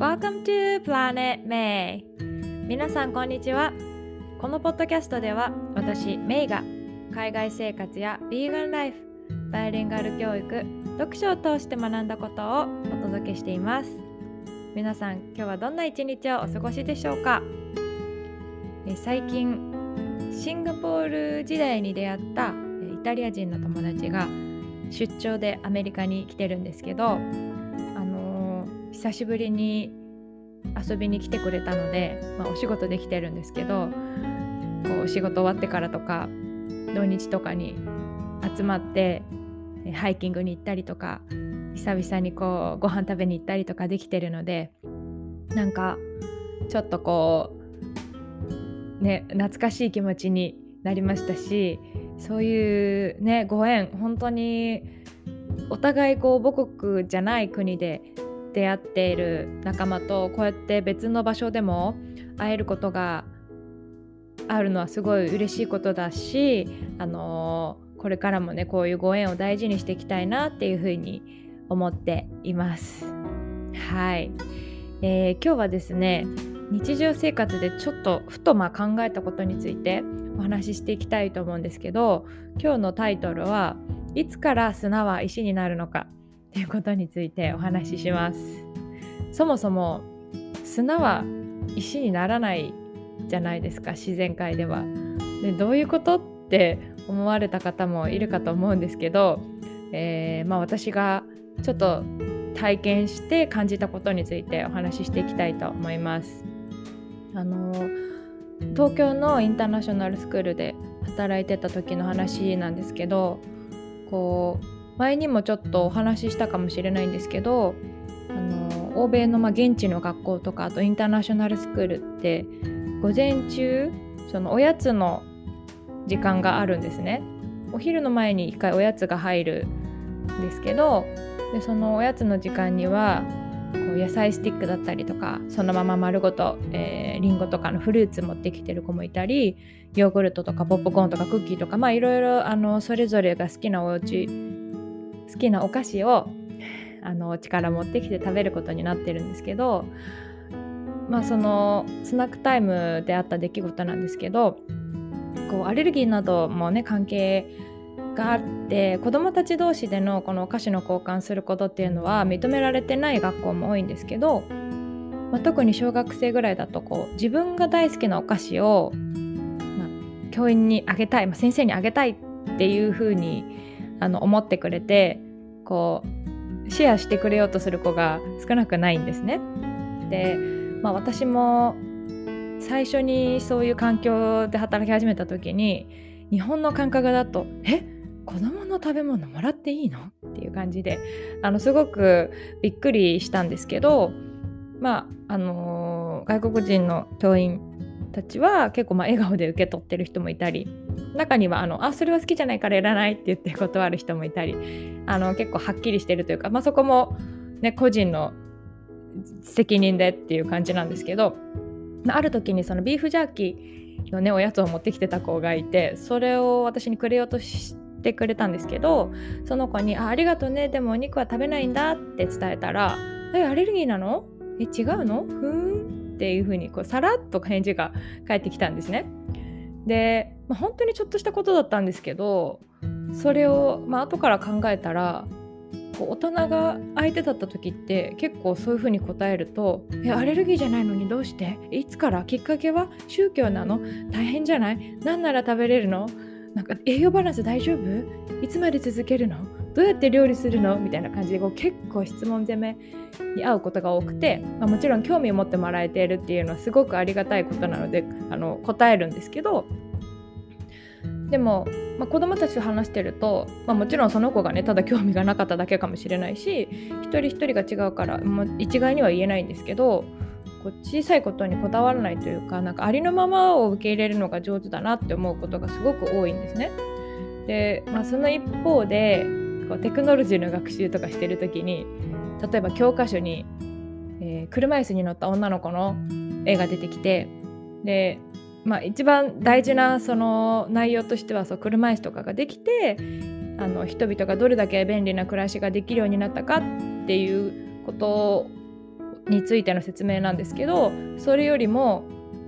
Welcome to Planet May。 皆さんこんにちは。このポッドキャストでは私メイが海外生活やビーガンライフ、バイリンガル教育、読書を通して学んだことをお届けしています。皆さん今日はどんな一日をお過ごしでしょうか。最近シンガポール時代に出会ったイタリア人の友達が出張でアメリカに来てるんですけど、久しぶりに遊びに来てくれたので、お仕事できてるんですけど、こう仕事終わってからとか土日とかに集まってハイキングに行ったりとか、久々にこうご飯食べに行ったりとかできてるので、なんかちょっとこうね、懐かしい気持ちになりましたし、そういうねご縁、本当にお互いこう母国じゃない国で出会っている仲間とこうやって別の場所でも会えることがあるのはすごい嬉しいことだし、これからもねこういうご縁を大事にしていきたいなっていうふうに思っています。はい、今日はですね、日常生活でちょっとふと考えたことについてお話ししていきたいと思うんですけど、今日のタイトルはいつから砂は石になるのかということについてお話しします。そもそも砂は石にならないじゃないですか、自然界では。で、どういうことって思われた方もいるかと思うんですけど、私がちょっと体験して感じたことについてお話ししていきたいと思います。東京のインターナショナルスクールで働いてた時の話なんですけど、こう前にもちょっとお話ししたかもしれないんですけど、欧米の現地の学校とか、あとインターナショナルスクールって午前中そのおやつの時間があるんですね。お昼の前に1回おやつが入るんですけど、でそのおやつの時間にはこう野菜スティックだったりとか、そのまま丸ごと、リンゴとかのフルーツ持ってきてる子もいたり、ヨーグルトとかポップコーンとかクッキーとか、いろいろそれぞれが好きなお菓子をお家から持ってきて食べることになってるんですけど、そのスナックタイムであった出来事なんですけど、こうアレルギーなどもね関係があって、子どもたち同士でのこのお菓子の交換することっていうのは認められてない学校も多いんですけど、特に小学生ぐらいだとこう自分が大好きなお菓子を、教員にあげたい、先生にあげたいっていう風に思ってくれて、こうシェアしてくれようとする子が少なくないんですね。で、私も最初にそういう環境で働き始めた時に、日本の感覚だと子供の食べ物もらっていいのっていう感じで、すごくびっくりしたんですけど、外国人の教員たちは結構笑顔で受け取ってる人もいたり、中にはそれは好きじゃないからいらないって言って断る人もいたり、結構はっきりしてるというか、そこも、ね、個人の責任でっていう感じなんですけど、ある時にそのビーフジャーキーのねおやつを持ってきてた子がいて、それを私にくれようとしてくれたんですけど、その子にありがとうね、でもお肉は食べないんだって伝えたら、アレルギーなの？違うの？ふーんっていう風にこうさらっと返事が返ってきたんですね。で、本当にちょっとしたことだったんですけど、それを後から考えたら、大人が相手だった時って結構そういう風に答えると、アレルギーじゃないのにどうして？いつから？きっかけは？宗教なの？大変じゃない？なんなら食べれるの？なんか栄養バランス大丈夫？いつまで続けるの？どうやって料理するの？みたいな感じで結構質問攻めに遭うことが多くて、もちろん興味を持ってもらえているっていうのはすごくありがたいことなので答えるんですけど、でも、子供たちと話してると、もちろんその子がねただ興味がなかっただけかもしれないし、一人一人が違うから、一概には言えないんですけど、こう小さいことにこだわらないというか、ありのままを受け入れるのが上手だなって思うことがすごく多いんですね。で、その一方でこうテクノロジーの学習とかしてる時に、例えば教科書に、車椅子に乗った女の子の絵が出てきて、で一番大事なその内容としては、車椅子とかができて人々がどれだけ便利な暮らしができるようになったかっていうことについての説明なんですけど、それよりも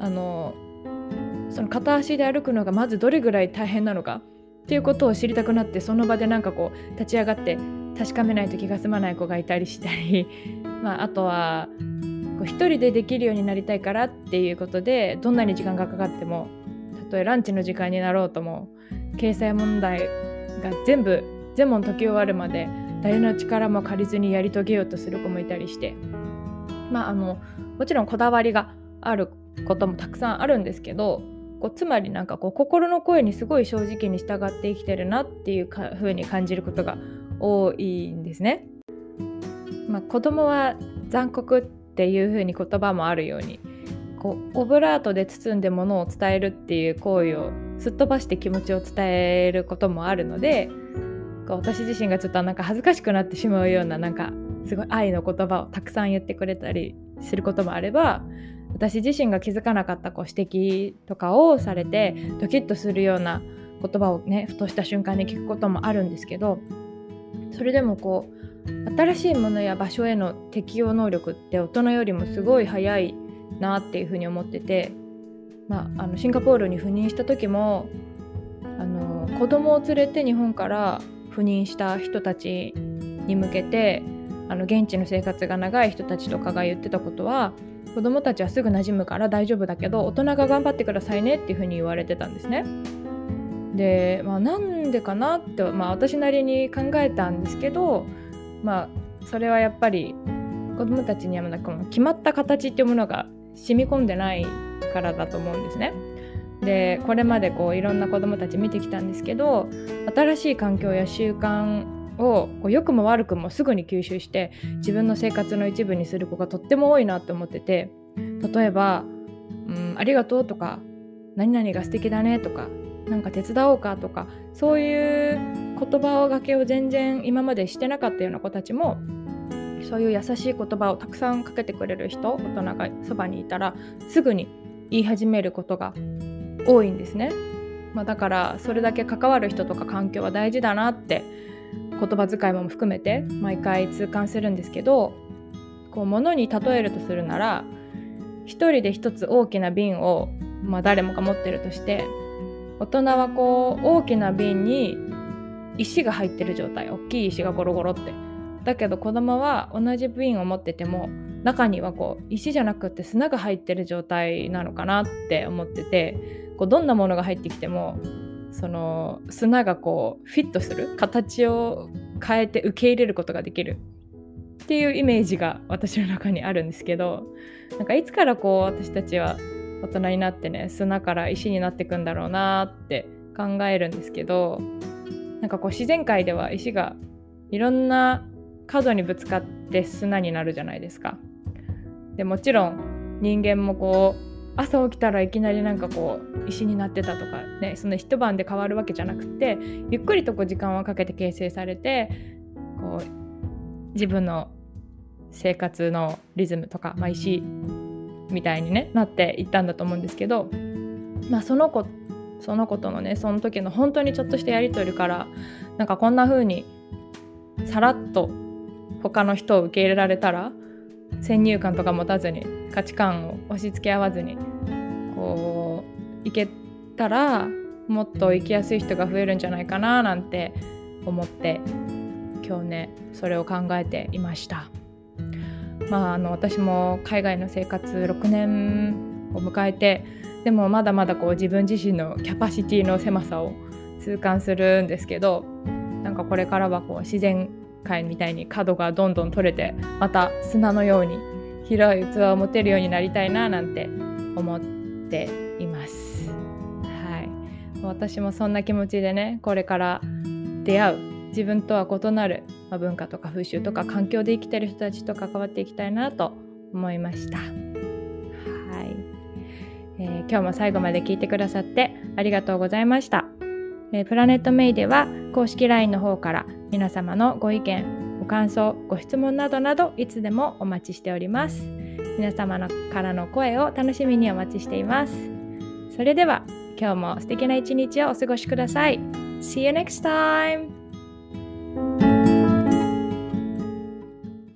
その片足で歩くのがまずどれぐらい大変なのかっていうことを知りたくなって、その場でなんかこう立ち上がって確かめないと気が済まない子がいたりしたりあとはこう一人でできるようになりたいからっていうことで、どんなに時間がかかっても、たとえランチの時間になろうとも掲載問題が全問解き終わるまで誰の力も借りずにやり遂げようとする子もいたりして、もちろんこだわりがあることもたくさんあるんですけど、つまりなんかこう心の声にすごい正直に従って生きてるなっていう風に感じることが多いんですね。子供は残酷っていう風に言葉もあるように、こうオブラートで包んでものを伝えるっていう行為をすっ飛ばして気持ちを伝えることもあるので、私自身がちょっとなんか恥ずかしくなってしまうような、なんかすごい愛の言葉をたくさん言ってくれたりすることもあれば、私自身が気づかなかった指摘とかをされてドキッとするような言葉をね、ふとした瞬間に聞くこともあるんですけど、それでも新しいものや場所への適応能力って大人よりもすごい早いなっていうふうに思ってて、シンガポールに赴任した時も子供を連れて日本から赴任した人たちに向けて、現地の生活が長い人たちとかが言ってたことは、子供たちはすぐ馴染むから大丈夫だけど大人が頑張ってくださいねっていうふうに言われてたんですね。で、なんでかなって、私なりに考えたんですけど、それはやっぱり子供たちにはこの決まった形っていうものが染み込んでないからだと思うんですね。で、これまでいろんな子供たち見てきたんですけど、新しい環境や習慣を良くも悪くもすぐに吸収して自分の生活の一部にする子がとっても多いなと思ってて、例えば、ありがとうとか何々が素敵だねとかなんか手伝おうかとか、そういう言葉がけを全然今までしてなかったような子たちも、そういう優しい言葉をたくさんかけてくれる人、大人がそばにいたらすぐに言い始めることが多いんですね。だからそれだけ関わる人とか環境は大事だなって言葉遣いも含めて毎回痛感するんですけど、物に例えるとするなら、一人で一つ大きな瓶を、誰もが持ってるとして、大人は大きな瓶に石が入ってる状態、大きい石がゴロゴロって。だけど子供は同じ瓶を持ってても中には石じゃなくて砂が入ってる状態なのかなって思ってて、どんなものが入ってきてもその砂がフィットする形を変えて受け入れることができるっていうイメージが私の中にあるんですけど、なんかいつから私たちは大人になってね、砂から石になっていくんだろうなって考えるんですけど、なんか自然界では石がいろんな角にぶつかって砂になるじゃないですか。でもちろん人間も朝起きたらいきなりなんか石になってたとかね、その一晩で変わるわけじゃなくて、ゆっくりと時間をかけて形成されて自分の生活のリズムとか、石みたいにねなっていったんだと思うんですけど、その子とのね、その時の本当にちょっとしたやり取りから、なんかこんな風にさらっと他の人を受け入れられたら、先入観とか持たずに価値観を押し付け合わずにいけたら、もっと生きやすい人が増えるんじゃないかななんて思って、今日ねそれを考えていました。私も海外の生活6年を迎えて、でもまだまだ自分自身のキャパシティの狭さを痛感するんですけど、なんかこれからは自然界みたいに角がどんどん取れて、また砂のように広い器を持てるようになりたいななんて思っています。はい、私もそんな気持ちでね、これから出会う自分とは異なる文化とか風習とか環境で生きてる人たちと関わっていきたいなと思いました。はい、今日も最後まで聞いてくださってありがとうございました。プラネットメイでは公式 LINE の方から皆様のご意見、ご感想、ご質問などなどいつでもお待ちしております。皆様からの声を楽しみにお待ちしています。それでは今日も素敵な一日をお過ごしください。See you next time!